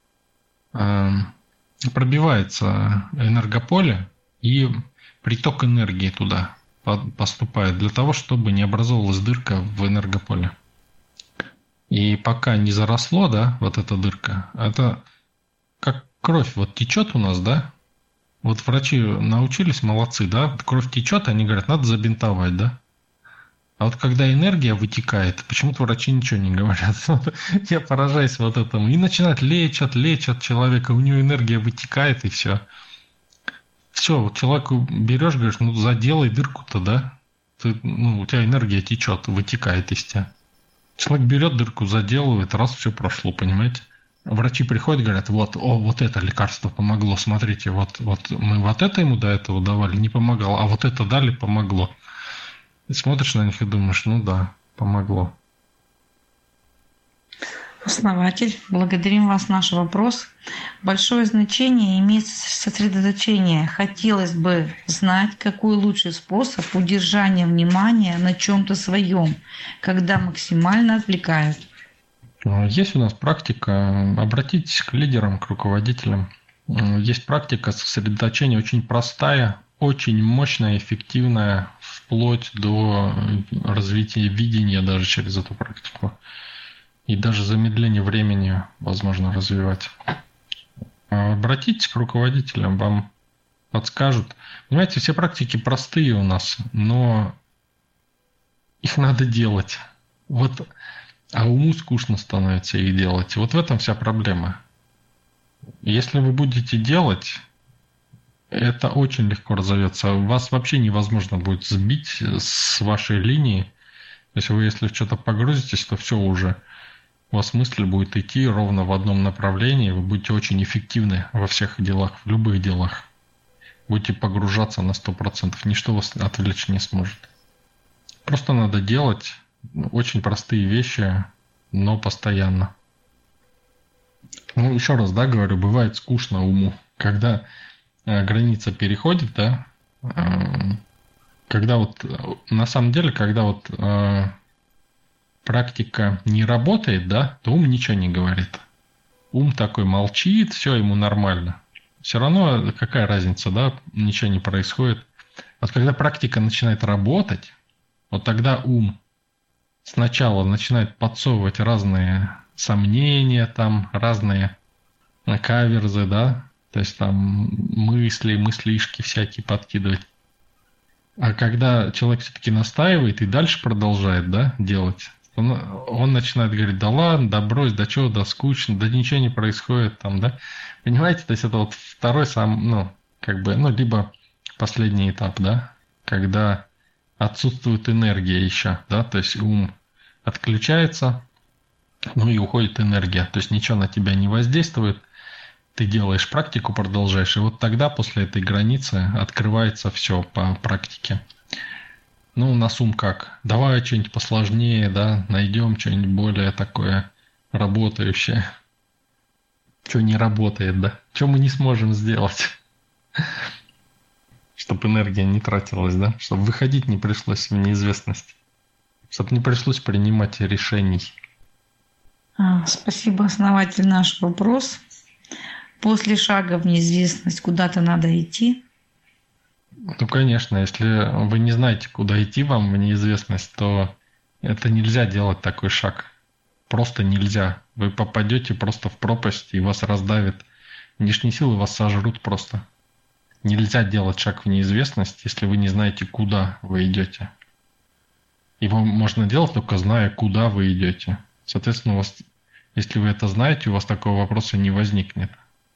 пробивается энергополе и приток энергии туда поступает для того, чтобы не образовалась дырка в энергополе. И пока не заросло, да, вот эта дырка, это как кровь вот течет у нас, да. Вот врачи научились, молодцы, да, кровь течет, они говорят, надо забинтовать, да. А вот когда энергия вытекает, почему-то врачи ничего не говорят. Я поражаюсь вот этому. И начинают лечат человека, у него энергия вытекает, и все. Все, вот человеку берешь, говоришь, ну заделай дырку-то, да. У тебя энергия течет, вытекает из тебя. Человек берет дырку, заделывает, раз, все прошло, понимаете. Врачи приходят, говорят, вот это лекарство помогло, смотрите, вот мы вот это ему до этого давали, не помогало, а вот это дали, помогло. И смотришь на них и думаешь, ну да, помогло. Основатель, благодарим вас. Наш вопрос. Большое значение имеет сосредоточение. Хотелось бы знать, какой лучший способ удержания внимания на чем-то своем, когда максимально отвлекают. Есть у нас практика, обратитесь к лидерам, к руководителям. Есть практика сосредоточения очень простая, очень мощная, эффективная, вплоть до развития видения даже через эту практику. И даже замедление времени возможно развивать. Обратитесь к руководителям, вам подскажут. Понимаете, все практики простые у нас, но их надо делать. А уму скучно становится их делать. Вот в этом вся проблема. Если вы будете делать, это очень легко разовьется. Вас вообще невозможно будет сбить с вашей линии. Если в что-то погрузитесь, то все уже. У вас мысль будет идти ровно в одном направлении. Вы будете очень эффективны во всех делах, в любых делах. Будете погружаться на 100%. Ничто вас отвлечь не сможет. Просто надо делать очень простые вещи, но постоянно. Еще раз, да, говорю, бывает скучно уму. Когда граница переходит, да, когда на самом деле, когда практика не работает, да, то ум ничего не говорит. Ум такой молчит, все ему нормально. Все равно какая разница, да, ничего не происходит. Вот когда практика начинает работать, вот тогда ум сначала начинает подсовывать разные сомнения, там разные каверзы, да, то есть там мыслишки всякие подкидывать. А когда человек все-таки настаивает и дальше продолжает, да, делать, он начинает говорить, да ладно, да брось, да что, да скучно, да ничего не происходит там, да. Понимаете, то есть это второй либо последний этап, да, когда отсутствует энергия еще, да, то есть ум отключается, и уходит энергия, то есть ничего на тебя не воздействует, ты делаешь практику, продолжаешь, и вот тогда после этой границы открывается все по практике. У нас ум как? Давай что-нибудь посложнее, да, найдем что-нибудь более такое работающее. Что не работает, да? Что мы не сможем сделать? Чтобы энергия не тратилась, да? Чтобы выходить не пришлось в неизвестность. Чтобы не пришлось принимать решений. Спасибо, основатель, наш вопрос. После шага в неизвестность куда-то надо идти? Конечно, если вы не знаете, куда идти вам в неизвестность, то это нельзя делать такой шаг. Просто нельзя. Вы попадете просто в пропасть, и вас раздавит. Внешние силы вас сожрут просто. Нельзя делать шаг в неизвестность, если вы не знаете, куда вы идете. Его можно делать только зная, куда вы идете. Соответственно, у вас, если вы это знаете, у вас такого вопроса не возникнет.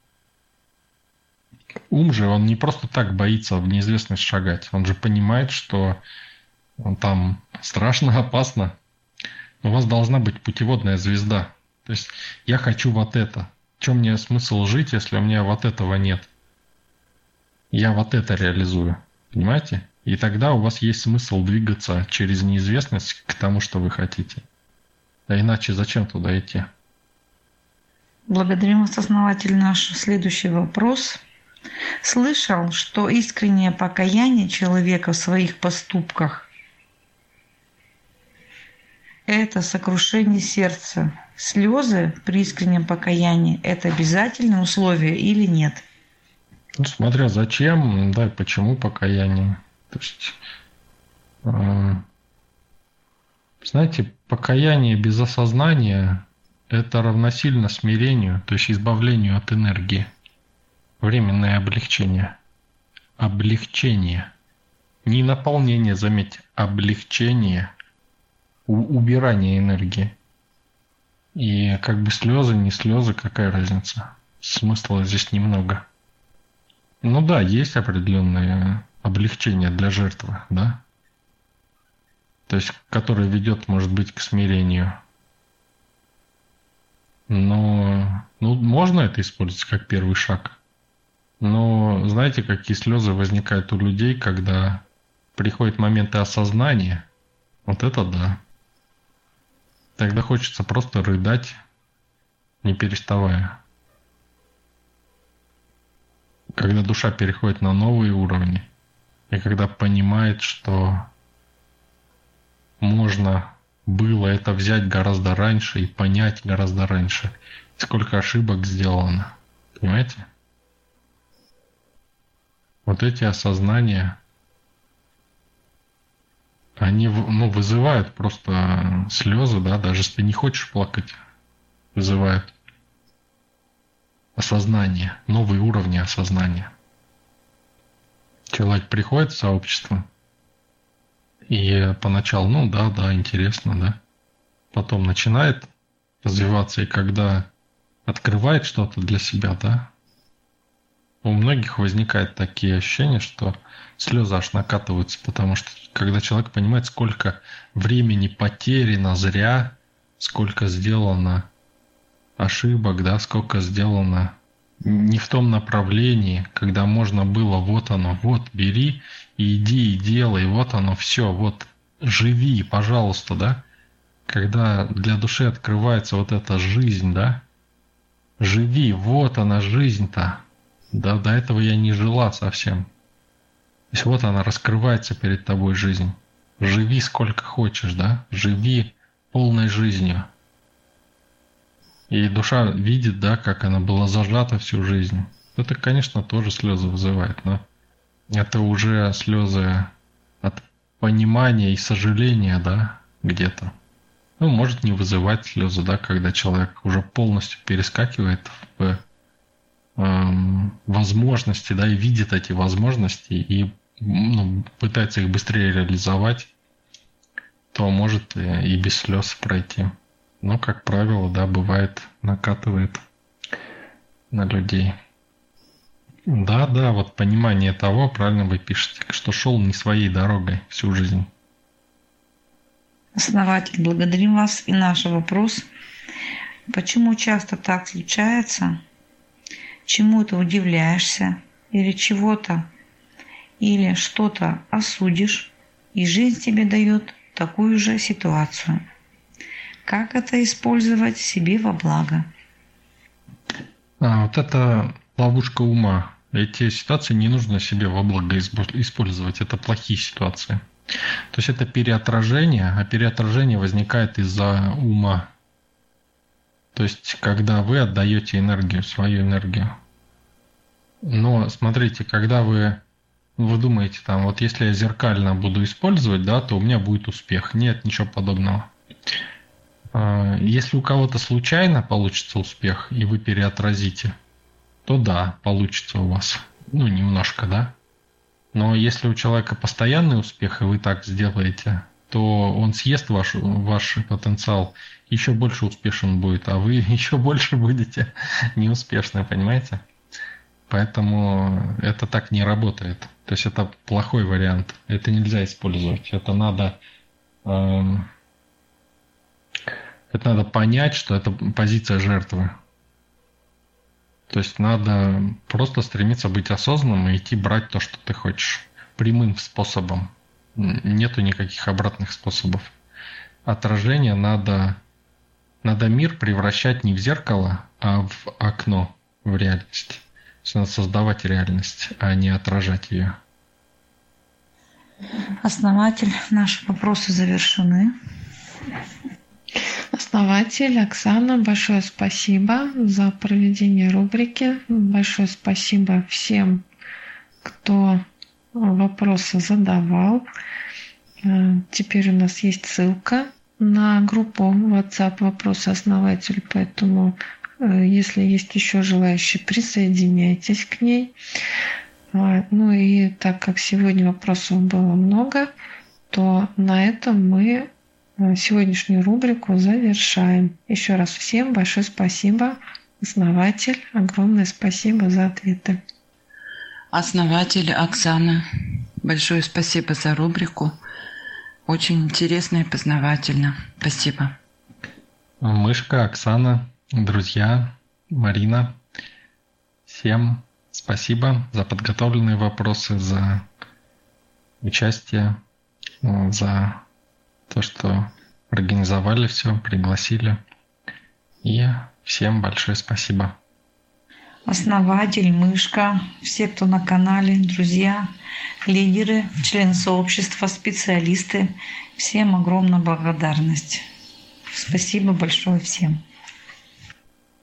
Ум же, он не просто так боится в неизвестность шагать. Он же понимает, что там страшно, опасно. У вас должна быть путеводная звезда. То есть я хочу вот это. В чем мне смысл жить, если у меня вот этого нет? Я вот это реализую. Понимаете? И тогда у вас есть смысл двигаться через неизвестность к тому, что вы хотите. А иначе зачем туда идти? Благодарим вас, основатель, наш следующий вопрос. Слышал, что искреннее покаяние человека в своих поступках – это сокрушение сердца. Слезы при искреннем покаянии – это обязательное условие или нет? Ну, смотря зачем, да, и почему покаяние. То есть, знаете, покаяние без осознания – это равносильно смирению, то есть избавлению от энергии. Временное облегчение. Облегчение. Не наполнение, заметьте, облегчение. Убирание энергии. И как бы слезы, не слезы, какая разница? Смысла здесь немного. Ну да, есть определенное облегчение для жертвы, да? То есть, которое ведет, может быть, к смирению. Но можно это использовать как первый шаг. Но знаете, какие слезы возникают у людей, когда приходят моменты осознания? Вот это да. Тогда хочется просто рыдать, не переставая. Когда душа переходит на новые уровни, и когда понимает, что можно было это взять гораздо раньше и понять гораздо раньше, сколько ошибок сделано. Понимаете? Вот эти осознания, они вызывают просто слезы, да, даже если ты не хочешь плакать, вызывают осознание, новые уровни осознания. Человек приходит в сообщество, и поначалу, да, интересно, да. Потом начинает развиваться, и когда открывает что-то для себя, да, у многих возникают такие ощущения, что слезы аж накатываются, потому что когда человек понимает, сколько времени потеряно зря, сколько сделано ошибок, да, сколько сделано не в том направлении, когда можно было, вот оно, вот бери и иди и делай, вот оно все, вот живи, пожалуйста, да. Когда для души открывается вот эта жизнь, да, живи, вот она жизнь-то. Да, до этого я не жила совсем. То есть вот она раскрывается перед тобой жизнь. Живи сколько хочешь, да? Живи полной жизнью. И душа видит, да, как она была зажата всю жизнь. Это, конечно, тоже слезы вызывает, но это уже слезы от понимания и сожаления, да, где-то. Может не вызывать слезы, да, когда человек уже полностью перескакивает в возможности, да, и видит эти возможности и пытается их быстрее реализовать, то может и без слез пройти. Но, как правило, да, бывает, накатывает на людей. Да, вот понимание того, правильно вы пишете, что шел не своей дорогой всю жизнь. Основатель, благодарим вас. И наш вопрос. Почему часто так случается? Чему ты удивляешься? Или чего-то, или что-то осудишь, и жизнь тебе дает такую же ситуацию. Как это использовать себе во благо? Вот это ловушка ума. Эти ситуации не нужно себе во благо использовать. Это плохие ситуации. То есть это переотражение, а переотражение возникает из-за ума. То есть когда вы отдаете энергию, свою энергию. Но смотрите, когда вы думаете, там, вот если я зеркально буду использовать, да, то у меня будет успех. Нет, ничего подобного. Если у кого-то случайно получится успех, и вы переотразите, то да, получится у вас. Немножко, да. Но если у человека постоянный успех, и вы так сделаете, то он съест ваш потенциал, еще больше успешен будет, а вы еще больше будете неуспешны, понимаете? Поэтому это так не работает. То есть это плохой вариант. Это нельзя использовать. Это надо понять, что это позиция жертвы. То есть надо просто стремиться быть осознанным и идти брать то, что ты хочешь. Прямым способом. Нету никаких обратных способов. Отражение надо мир превращать не в зеркало, а в окно, в реальность. То есть надо создавать реальность, а не отражать ее. Основатель, наши вопросы завершены. Основатель Оксана, большое спасибо за проведение рубрики. Большое спасибо всем, кто вопросы задавал. Теперь у нас есть ссылка на группу WhatsApp «Вопросы основателю», поэтому если есть еще желающие, присоединяйтесь к ней. Ну и так как сегодня вопросов было много, то на этом мы сегодняшнюю рубрику завершаем. Еще раз всем большое спасибо. Основатель, огромное спасибо за ответы. Основатель Оксана, большое спасибо за рубрику. Очень интересно и познавательно. Спасибо. Мышка, Оксана, друзья, Марина. Всем спасибо за подготовленные вопросы, за участие, за то, что организовали все, пригласили. И всем большое спасибо. Основатель, Мышка, все, кто на канале, друзья, лидеры, члены сообщества, специалисты. Всем огромная благодарность. Спасибо большое всем.